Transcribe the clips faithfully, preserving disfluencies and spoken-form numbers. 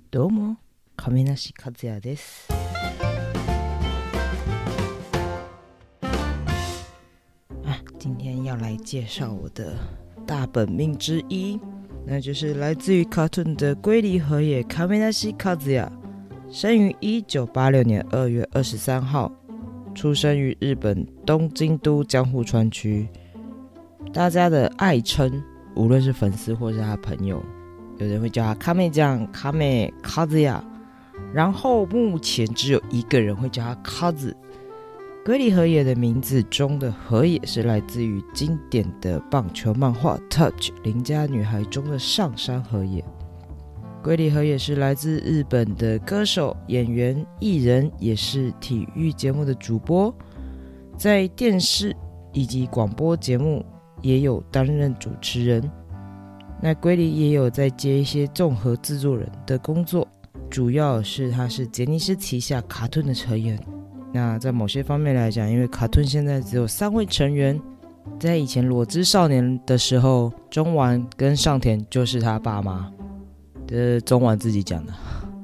どうも、亀梨和也です。啊，今天要来介绍我的大本命之一，那就是来自于 Cartoon 的龟梨和也亀梨和也，生于一九八六年二月二十三号，出生于日本东京都江户川区。大家的爱称，无论是粉丝或是他朋友，有人会叫他卡美酱、卡美卡子呀，然后目前只有一个人会叫他卡子。龟梨和也的名字中的和也是来自于经典的棒球漫画《Touch 邻家女孩》中的上山和也。龟梨和也是来自日本的歌手、演员、艺人，也是体育节目的主播，在电视以及广播节目也有担任主持人。那龟梨也有在接一些综合制作人的工作，主要是他是杰尼斯旗下卡顿的成员。那在某些方面来讲，因为卡顿现在只有三位成员，在以前裸之少年的时候，中丸跟上田就是他爸妈，这是中丸自己讲的。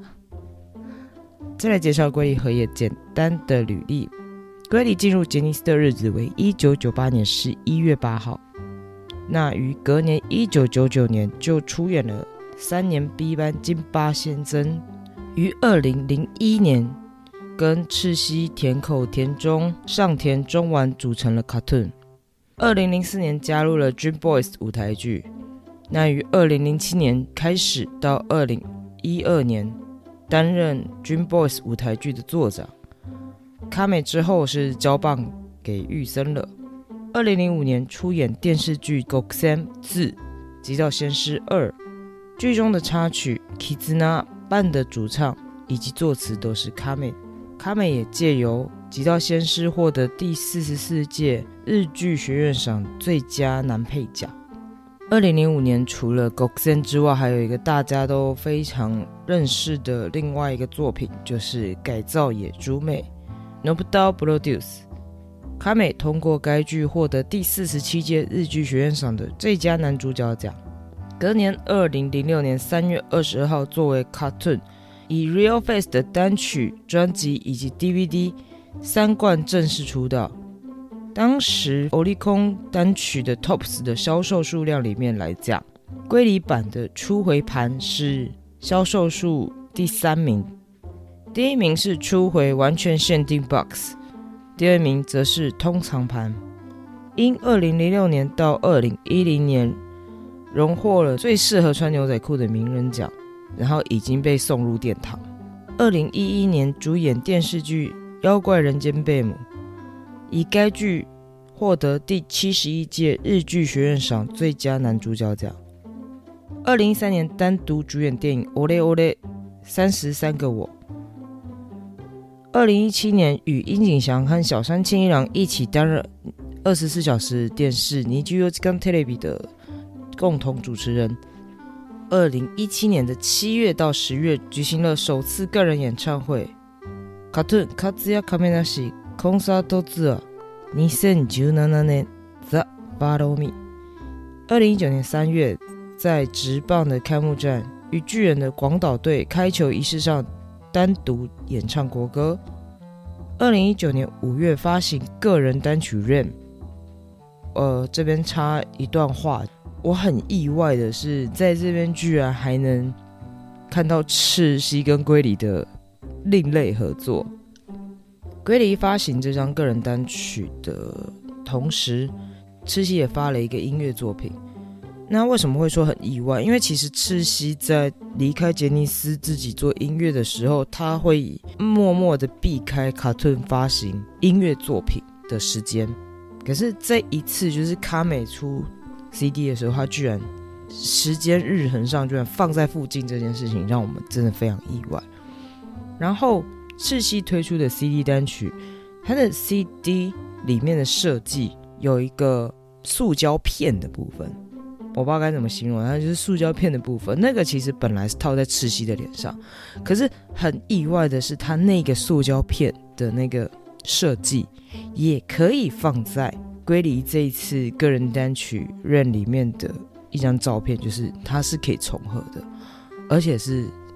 再来介绍龟梨和也简单的履历。龟梨进入杰尼斯的日子为一九九八年十一月八号，那于隔年一九九九年就出演了三年 B 班金八先生，于二零零一年跟赤西田口田中、上田中丸组成了 Cartoon。 二零零四年加入了 Dream Boys 舞台剧，那于二零零七年开始到二零一二年担任 Dream Boys 舞台剧的作长。卡美之后是交棒给玉森了。二零零五年出演电视剧《極戦四极道先师二》，剧中的插曲《絆》伴的主唱以及作词都是卡美。卡美也借由《极道先师》获得第四十四届日剧学院赏最佳男配奖。二零零五年除了《極戦》之外，还有一个大家都非常认识的另外一个作品，就是《改造野猪妹》Nobudou Produce。卡美通过该剧获得第四十七届日剧学院赏的最佳男主角奖。隔年二零零六年三月二十二号，作为 Cartoon 以 Real Face 的单曲、专辑以及 D V D 三冠正式出道。当时 Oricon 单曲的 Tops 的销售数量里面来讲，龟梨版的初回盘是销售数第三名，第一名是初回完全限定 Box， 第二名则是通常盘。因二零零六年到二零一零年荣获了最适合穿牛仔裤的名人奖，然后已经被送入殿堂。二零一一年主演电视剧《妖怪人间贝母》，以该剧获得第七十一届日剧学院赏最佳男主角奖。二零一三年单独主演电影《オレオレ三十三个我》。二零一七年与樱井翔和小山庆一郎一起担任二十四小时电视にじゅうよじかんテレビ的共同主持人。二零一七年的七月到十月举行了首次个人演唱会 Cartoon 和也亀梨コンサートツアーにせんじゅうななねん The Follow Me。 二零一九年三月在职棒的开幕战与巨人的广岛队开球仪式上单独演唱国歌。二零一九年五月发行个人单曲 Rain。 呃，这边插一段话，我很意外的是在这边居然还能看到赤西跟龟梨的另类合作。龟梨发行这张个人单曲的同时，赤西也发了一个音乐作品。那为什么会说很意外？因为其实赤西在离开杰尼斯自己做音乐的时候，他会默默的避开 Cartoon 发行音乐作品的时间。可是这一次就是卡美出 C D 的时候，他居然时间日程上居然放在附近，这件事情让我们真的非常意外。然后赤西推出的 C D 单曲，它的 C D 里面的设计有一个塑胶片的部分，我不知道该怎么形容，它就是塑胶片的部分。那个其实本来是套在赤西的脸上，可是很意外的是，它那个塑胶片的那个设计也可以放在龟梨这一次个人单曲 Rain 里面的一张照片，就是它是可以重合的，而且是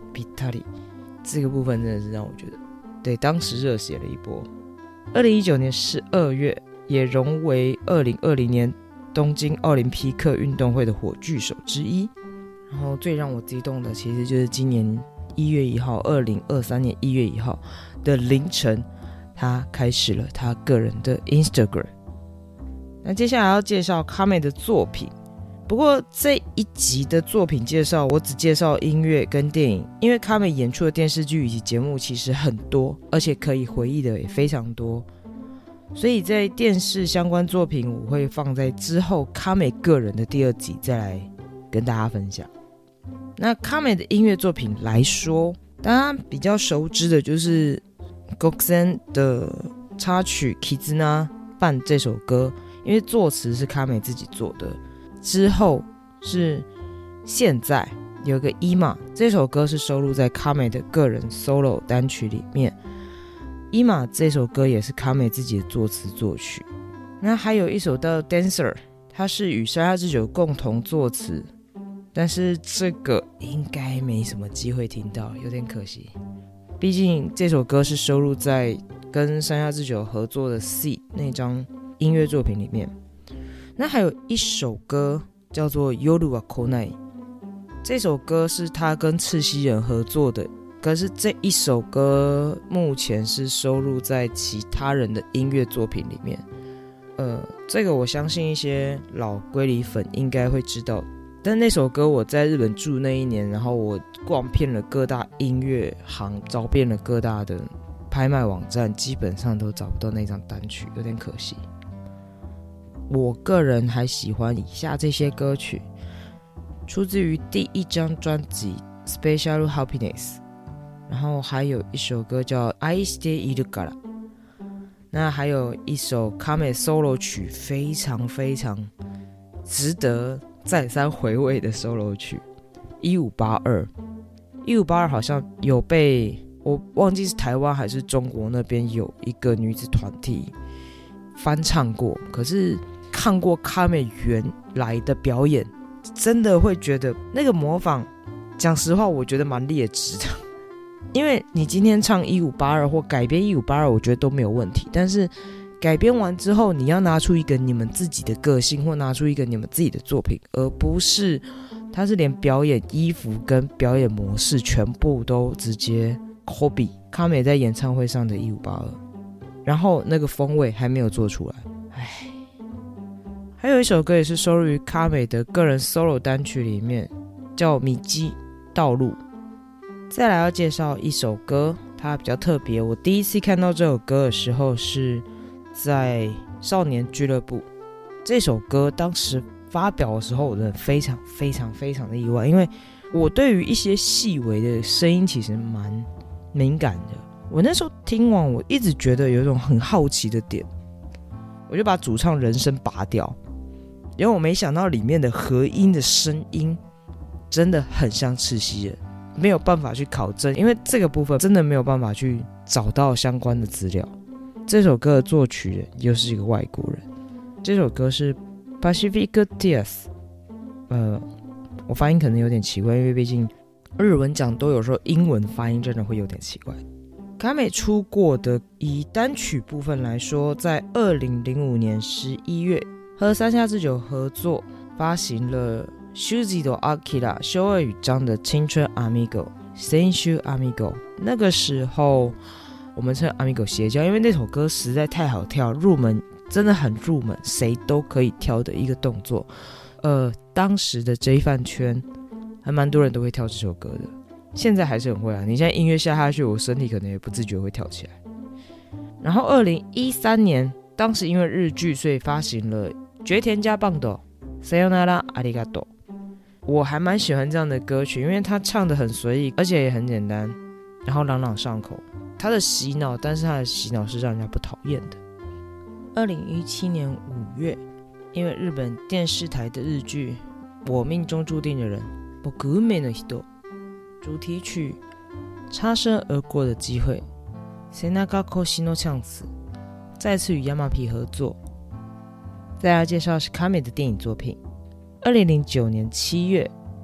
ぴったり，这个部分真的是让我觉得，对，当时热血了一波。二零一九年十二月，也荣为二零二零年东京奥林匹克运动会的火炬手之一。然后最让我激动的，其实就是今年一月一号，二零二三年一月一号的凌晨，他开始了他个人的 Instagram。那接下来要介绍 Kame 的作品。不过这一集的作品介绍，我只介绍音乐跟电影，因为 Kame 演出的电视剧以及节目其实很多，而且可以回忆的也非常多，所以在电视相关作品我会放在之后 Kame 个人的第二集再来跟大家分享。那 Kame 的音乐作品来说，大家比较熟知的就是Gokusen 的插曲 Kizuna 伴这首歌，因为作词是 Kame 自己做的。之后是现在有一个 Ima， 这首歌是收录在 Kame 的个人 solo 单曲里面。Ima 这首歌也是 Kame 自己的作词作曲。那还有一首叫 Dancer， 它是与山下智久共同作词，但是这个应该没什么机会听到，有点可惜。毕竟这首歌是收录在跟山下智久合作的 C 那张音乐作品里面。那还有一首歌叫做 Yoru wa Konai， 这首歌是他跟赤西仁合作的，可是这一首歌目前是收录在其他人的音乐作品里面。呃，这个我相信一些老龟梨粉应该会知道，但那首歌我在日本住那一年，然后我逛遍了各大音乐行，找遍了各大的拍卖网站，基本上都找不到那张单曲，有点可惜。我个人还喜欢以下这些歌曲，出自于第一张专辑 Special Happiness， 然后还有一首歌叫愛しているから，那还有一首 Kame solo 曲，非常非常值得再三回味的 solo 曲一五八二。一五八二好像有被我忘记是台湾还是中国那边有一个女子团体翻唱过，可是看过 Kame 原来的表演，真的会觉得那个模仿，讲实话我觉得蛮劣质的。因为你今天唱一五八二或改编一五八二我觉得都没有问题，但是改编完之后你要拿出一个你们自己的个性，或拿出一个你们自己的作品，而不是他是连表演衣服跟表演模式全部都直接 copy Kame 在演唱会上的一五八二，然后那个风味还没有做出来。唉，还有一首歌也是收录于 Kame 的个人 solo 单曲里面，叫米基道路。再来要介绍一首歌，它比较特别，我第一次看到这首歌的时候是在少年俱乐部。这首歌当时发表的时候我真的非常非常非常的意外，因为我对于一些细微的声音其实蛮敏感的。我那时候听完，我一直觉得有一种很好奇的点，我就把主唱人声拔掉，因为我没想到里面的合音的声音真的很像赤西仁，没有办法去考证，因为这个部分真的没有办法去找到相关的资料。这首歌的作曲人又是一个外国人，这首歌是 Pacific Tears。 呃，我发音可能有点奇怪，因为毕竟日文讲都有时候英文发音真的会有点奇怪。Kame 出过的，以单曲部分来说，在二零零五年十一月和山下智久合作发行了修吉多阿基拉修二与章的青春 Amigo 先修 Amigo。 那个时候我们称 Amigo 邪教，因为那首歌实在太好跳，入门真的很入门，谁都可以跳的一个动作。呃，当时的 J 饭圈还蛮多人都会跳这首歌的，现在还是很会啊。你现在音乐下下去，我身体可能也不自觉会跳起来。然后二零一三年，当时因为日剧，所以发行了绝田家棒的さよならありがとう。我还蛮喜欢这样的歌曲，因为他唱得很随意，而且也很简单，然后朗朗上口。他的洗脑，但是他的洗脑是让人家不讨厌的。二零一七年五月，因为日本电视台的日剧《我命中注定的人》僕運命の人主题曲擦身而过的机会背中腰のチャンス再次与 Yamapi 合作。再来介绍是 Kame 的电影作品。二零零九年七月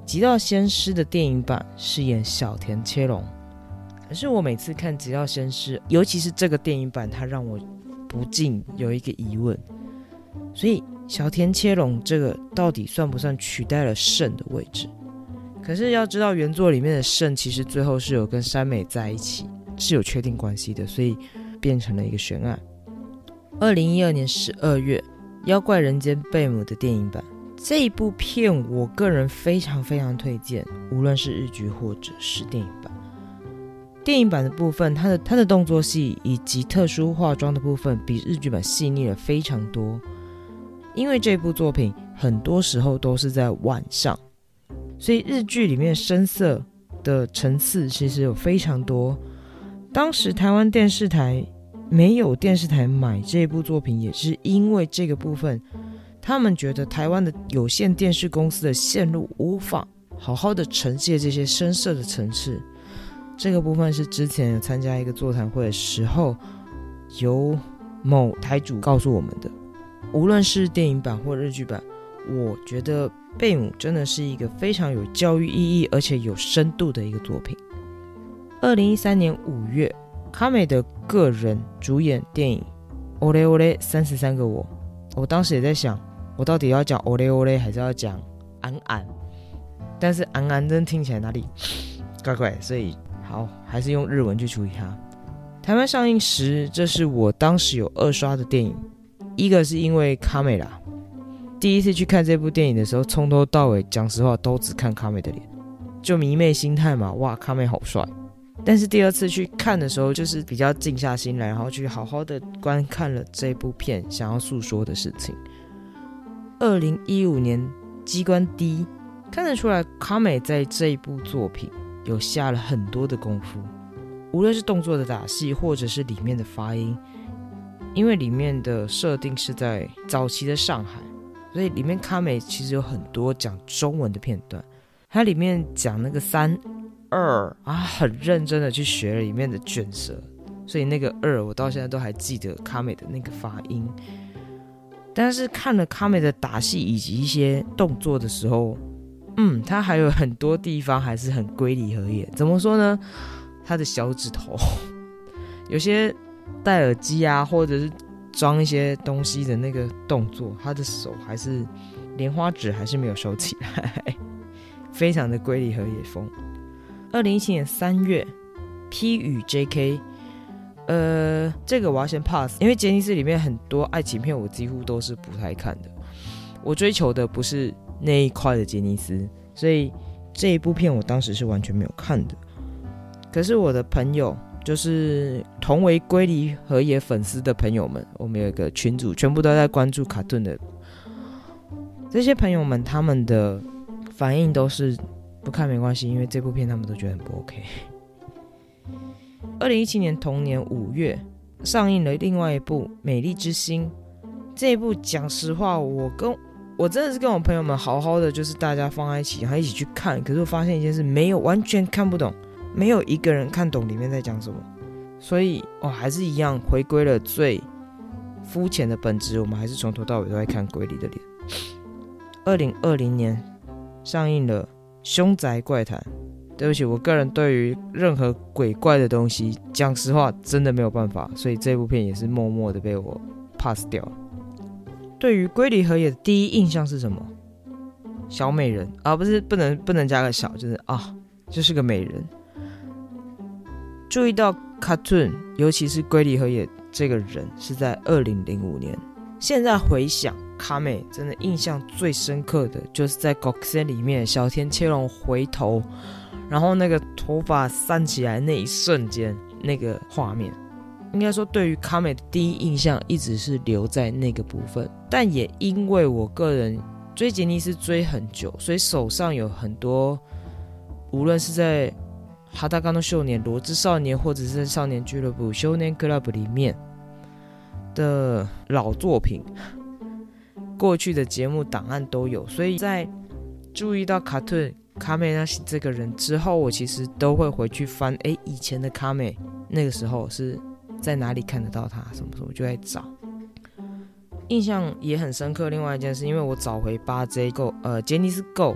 极道鲜师的电影版饰演小田切龙，可是我每次看极道鲜师，尤其是这个电影版，它让我不禁有一个疑问，所以小田切龙这个到底算不算取代了胜的位置？可是要知道原作里面的胜其实最后是有跟山美在一起，是有确定关系的，所以变成了一个悬案。二零一二年十二月，妖怪人间贝母的电影版，这一部片我个人非常非常推荐，无论是日剧或者是电影版。电影版的部分，它的它的动作戏以及特殊化妆的部分比日剧版细腻了非常多，因为这部作品很多时候都是在晚上，所以日剧里面深色的层次其实有非常多。当时台湾电视台没有电视台买这部作品，也是因为这个部分，他们觉得台湾的有线电视公司的线路无法好好的呈现这些深色的层次。这个部分是之前有参加一个座谈会的时候，由某台主告诉我们的。无论是电影版或日剧版，我觉得贝母真的是一个非常有教育意义而且有深度的一个作品。二零一三年五月，卡美的个人主演电影《オレオレ三十三个我》，我当时也在想，我到底要讲オレオレ还是要讲安安？但是安安真听起来哪里怪怪，所以好，还是用日文去处理它。台湾上映时，这是我当时有二刷的电影，一个是因为卡美啦，第一次去看这部电影的时候，从头到尾讲实话都只看卡美的脸，就迷妹心态嘛，哇，卡美好帅。但是第二次去看的时候，就是比较静下心来，然后去好好的观看了这部片想要诉说的事情。二零一五年机关 D， 看得出来卡美在这一部作品有下了很多的功夫，无论是动作的打戏，或者是里面的发音，因为里面的设定是在早期的上海，所以里面卡美其实有很多讲中文的片段，它里面讲那个三二啊，很认真的去学了里面的卷舌，所以那个二我到现在都还记得卡美的那个发音。但是看了卡美的打戏以及一些动作的时候，嗯，他还有很多地方还是很龟梨和也。怎么说呢？他的小指头，有些戴耳机啊，或者是装一些东西的那个动作，他的手还是莲花指还是没有收起来，非常的龟梨和也风。二零一七年三月 ，P 与 J K， 呃，这个我要先 pass， 因为杰尼斯里面很多爱情片我几乎都是不太看的，我追求的不是那一块的杰尼斯，所以这一部片我当时是完全没有看的。可是我的朋友，就是同为龟梨和也粉丝的朋友们，我们有一个群组，全部都在关注卡顿的。这些朋友们他们的反应都是不看没关系，因为这部片他们都觉得很不 OK。二零一七年同年五月上映了另外一部《美丽之星》，这一部讲实话，我跟我真的是跟我朋友们好好的，就是大家放在一起，然后一起去看。可是我发现一件事，没有完全看不懂，没有一个人看懂里面在讲什么，所以哦，还是一样回归了最肤浅的本质，我们还是从头到尾都在看龟梨的脸。二零二零年上映了《凶宅怪谈》，对不起，我个人对于任何鬼怪的东西，讲实话真的没有办法，所以这部片也是默默的被我 pass 掉了。对于龟梨和也的第一印象是什么？小美人啊，不是，不能不能加个小，就是啊，就是个美人。注意到 Cartoon， 尤其是龟梨和也这个人是在二零零五年。现在回想，卡美真的印象最深刻的就是在 Gokusen 里面，小田切龙回头，然后那个头发散起来那一瞬间，那个画面，应该说对于卡美的第一印象一直是留在那个部分。但也因为我个人追杰尼斯追很久，所以手上有很多，无论是在哈达嘎诺少年、罗之少年，或者是在少年俱乐部、少年 Club 里面的老作品，过去的节目档案都有，所以在注意到卡顿卡美那这个人之后，我其实都会回去翻，哎，以前的卡美那个时候是在哪里看得到他，什么时候我就在找。印象也很深刻。另外一件事，因为我找回 八 J Go， 呃，杰尼斯 Go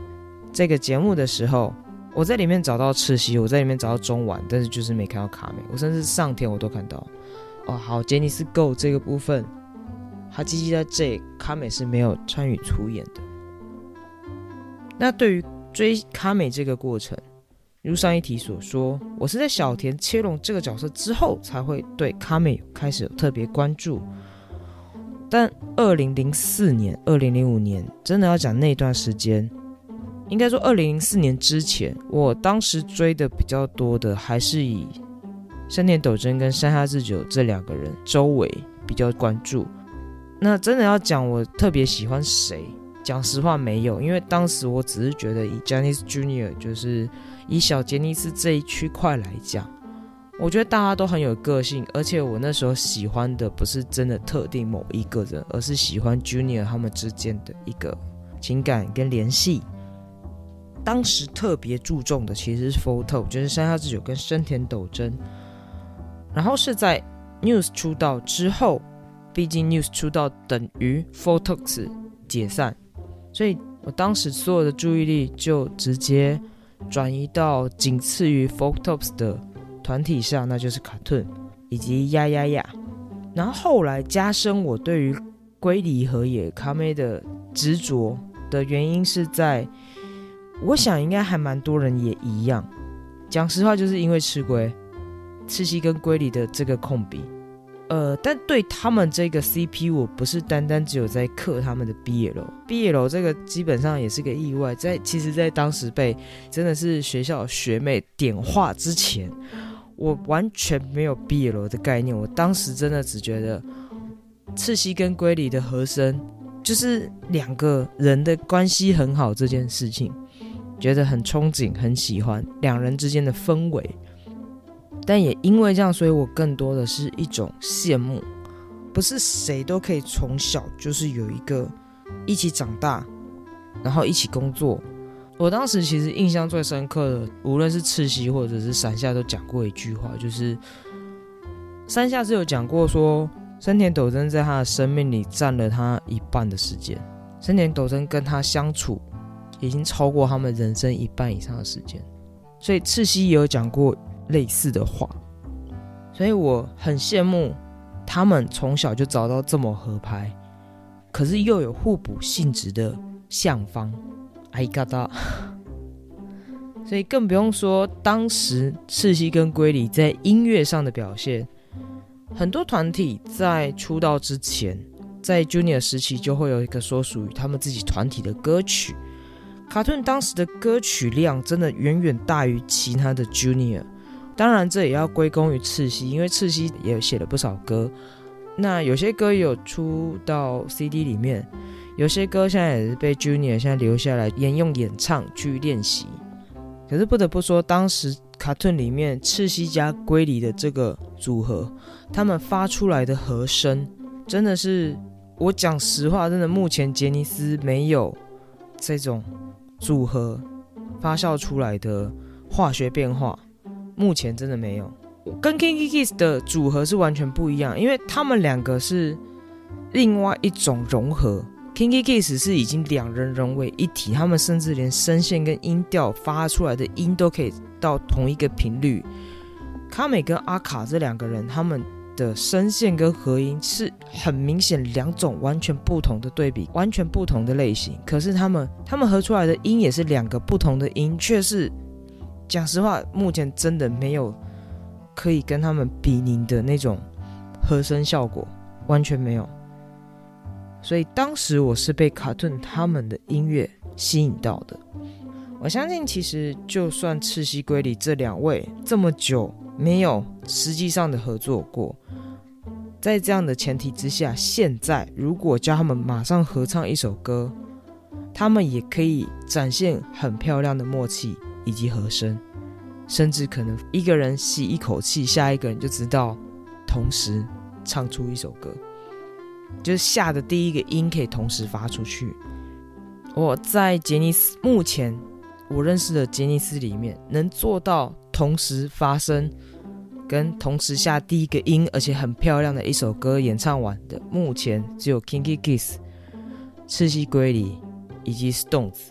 这个节目的时候，我在里面找到赤西，我在里面找到中丸，但是就是没看到卡美。我甚至上田我都看到。哦，好，杰尼斯 Go 这个部分，哈基基在这卡美是没有参与出演的。那对于追卡美这个过程，如上一题所说，我是在小田切龙这个角色之后才会对卡美开始有特别关注。但二零零四年、二零零五年，真的要讲那段时间，应该说二零零四年之前，我当时追的比较多的还是以山田斗真跟山下智久这两个人周围比较关注。那真的要讲我特别喜欢谁，讲实话没有，因为当时我只是觉得以 Johnny Junior 就是以小杰尼斯这一区块来讲，我觉得大家都很有个性，而且我那时候喜欢的不是真的特定某一个人，而是喜欢 Junior 他们之间的一个情感跟联系。当时特别注重的其实是 Photo， 就是山下智久跟深田斗真。然后是在 News 出道之后，毕竟 News 出道等于 Photox 解散，所以我当时所有的注意力就直接转移到仅次于 Photox 的团体上，那就是 K A T U N 以及呀呀呀。然后后来加深我对于龟梨和也卡美的执着的原因是在，我想应该还蛮多人也一样，讲实话就是因为吃龟赤西跟龟梨的这个控笔，呃，但对他们这个 C P 我不是单单只有在克他们的 B L B L 这个基本上也是个意外，在其实在当时被真的是学校学妹点化之前，我完全没有 B L 的概念。我当时真的只觉得赤西跟龟梨的和声就是两个人的关系很好这件事情，觉得很憧憬很喜欢两人之间的氛围。但也因为这样，所以我更多的是一种羡慕，不是谁都可以从小就是有一个一起长大然后一起工作。我当时其实印象最深刻的，无论是赤西或者是山下都讲过一句话，就是山下是有讲过说山田斗真在他的生命里占了他一半的时间，山田斗真跟他相处已经超过他们人生一半以上的时间，所以赤西也有讲过类似的话，所以我很羡慕他们从小就找到这么合拍，可是又有互补性质的相方。哎嘎达，所以更不用说当时赤西跟龟梨在音乐上的表现。很多团体在出道之前，在 Junior 时期就会有一个说属于他们自己团体的歌曲。K A T U N 当时的歌曲量真的远远大于其他的 Junior。当然这也要归功于赤西，因为赤西也写了不少歌，那有些歌也有出到 C D 里面，有些歌现在也是被 Junior 现在留下来沿用演唱去练习。可是不得不说，当时 K A T U N 里面赤西加龟梨的这个组合，他们发出来的和声真的是，我讲实话，真的目前杰尼斯没有这种组合发酵出来的化学变化，目前真的没有。跟 Kinky Kiss 的组合是完全不一样，因为他们两个是另外一种融合。Kinky Kiss 是已经两人融为一体，他们甚至连声线跟音调发出来的音都可以到同一个频率。卡美跟阿卡这两个人，他们的声线跟和音是很明显两种完全不同的对比，完全不同的类型。可是他们他们合出来的音也是两个不同的音，却是讲实话，目前真的没有可以跟他们比拟的那种和声效果，完全没有。所以当时我是被K A T U N他们的音乐吸引到的。我相信其实就算赤西龟梨这两位这么久没有实际上的合作过，在这样的前提之下，现在如果叫他们马上合唱一首歌，他们也可以展现很漂亮的默契以及和声，甚至可能一个人吸一口气，下一个人就知道同时唱出一首歌，就是下的第一个音可以同时发出去。我在杰尼斯目前我认识的杰尼斯里面，能做到同时发声跟同时下第一个音，而且很漂亮的一首歌演唱完的，目前只有 Kinky Kiss、赤西龟梨以及 Stones。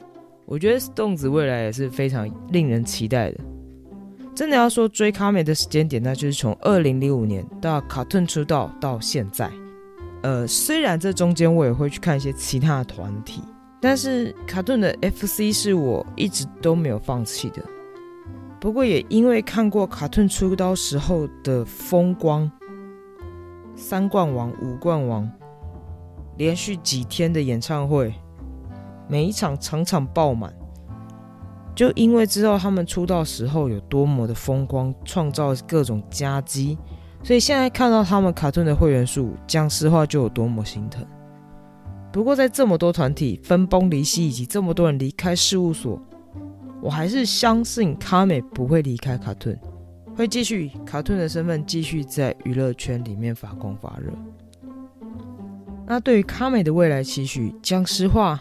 我觉得 Stones 未来也是非常令人期待的。真的要说追卡美的时间点，那就是从二零零五年到 KAT-TUN 出道到现在。呃，虽然这中间我也会去看一些其他的团体，但是 KAT-TUN 的 F C 是我一直都没有放弃的。不过也因为看过 KAT-TUN 出道时候的风光，三冠王、五冠王，连续几天的演唱会，每一场场场爆满，就因为知道他们出道时候有多么的风光，创造各种佳绩，所以现在看到他们 KAT-TUN 的会员数，讲实话就有多么心疼。不过在这么多团体分崩离析，以及这么多人离开事务所，我还是相信卡美不会离开 KAT-TUN， 会继续以 KAT-TUN 的身份继续在娱乐圈里面发光发热。那对于卡美的未来期许，讲实话，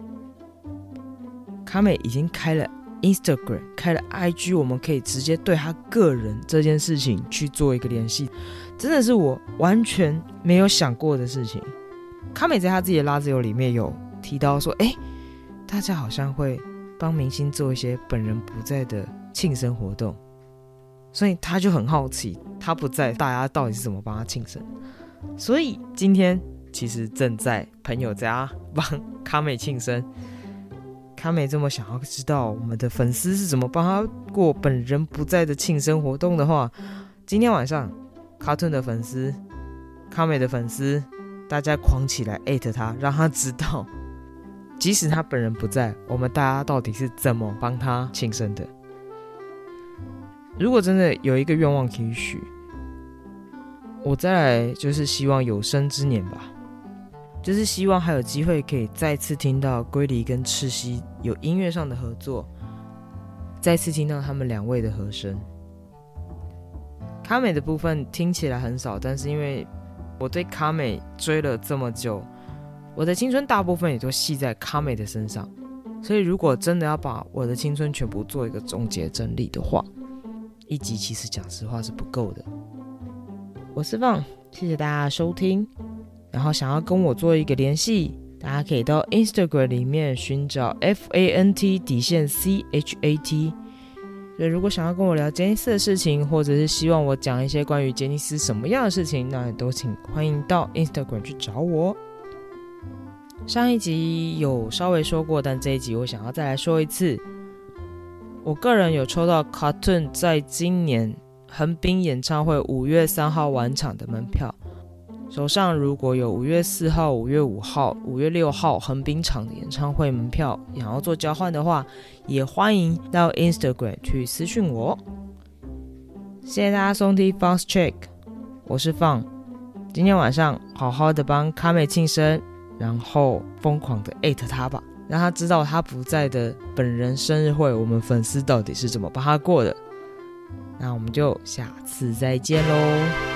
卡美已经开了 Instagram， 开了 I G， 我们可以直接对他个人这件事情去做一个联系，真的是我完全没有想过的事情。卡美在他自己的拉兹友里面有提到说，哎，大家好像会帮明星做一些本人不在的庆生活动，所以他就很好奇，他不在，大家到底是怎么帮他庆生。所以今天其实正在朋友家帮卡美庆生。卡美这么想要知道我们的粉丝是怎么帮他过本人不在的庆生活动的话，今天晚上 KAT-TUN 的粉丝、卡美的粉丝，大家狂起来艾特他，让他知道即使他本人不在，我们大家到底是怎么帮他庆生的。如果真的有一个愿望可以许，我再来就是希望有生之年吧，就是希望还有机会可以再次听到龟梨跟赤西有音乐上的合作，再次听到他们两位的和声。卡美的部分听起来很少，但是因为我对卡美追了这么久，我的青春大部分也都系在卡美的身上，所以如果真的要把我的青春全部做一个总结整理的话，一集其实讲实话是不够的。我是放，谢谢大家的收听。然后想要跟我做一个联系，大家可以到 Instagram 里面寻找 F A N T 底线 C H A T。 所以如果想要跟我聊杰尼斯的事情，或者是希望我讲一些关于杰尼斯什么样的事情，那也都请欢迎到 Instagram 去找我。上一集有稍微说过，但这一集我想要再来说一次。我个人有抽到 KAT-TUN 在今年横滨演唱会五月三号晚场的门票，手上如果有五月四号、五月五号、五月六号横滨场的演唱会门票想要做交换的话，也欢迎到 Instagram 去私讯我。谢谢大家收听 Fun Check， 我是放，今天晚上好好的帮卡美庆生，然后疯狂的艾特他吧，让他知道他不在的本人生日会，我们粉丝到底是怎么帮他过的。那我们就下次再见咯。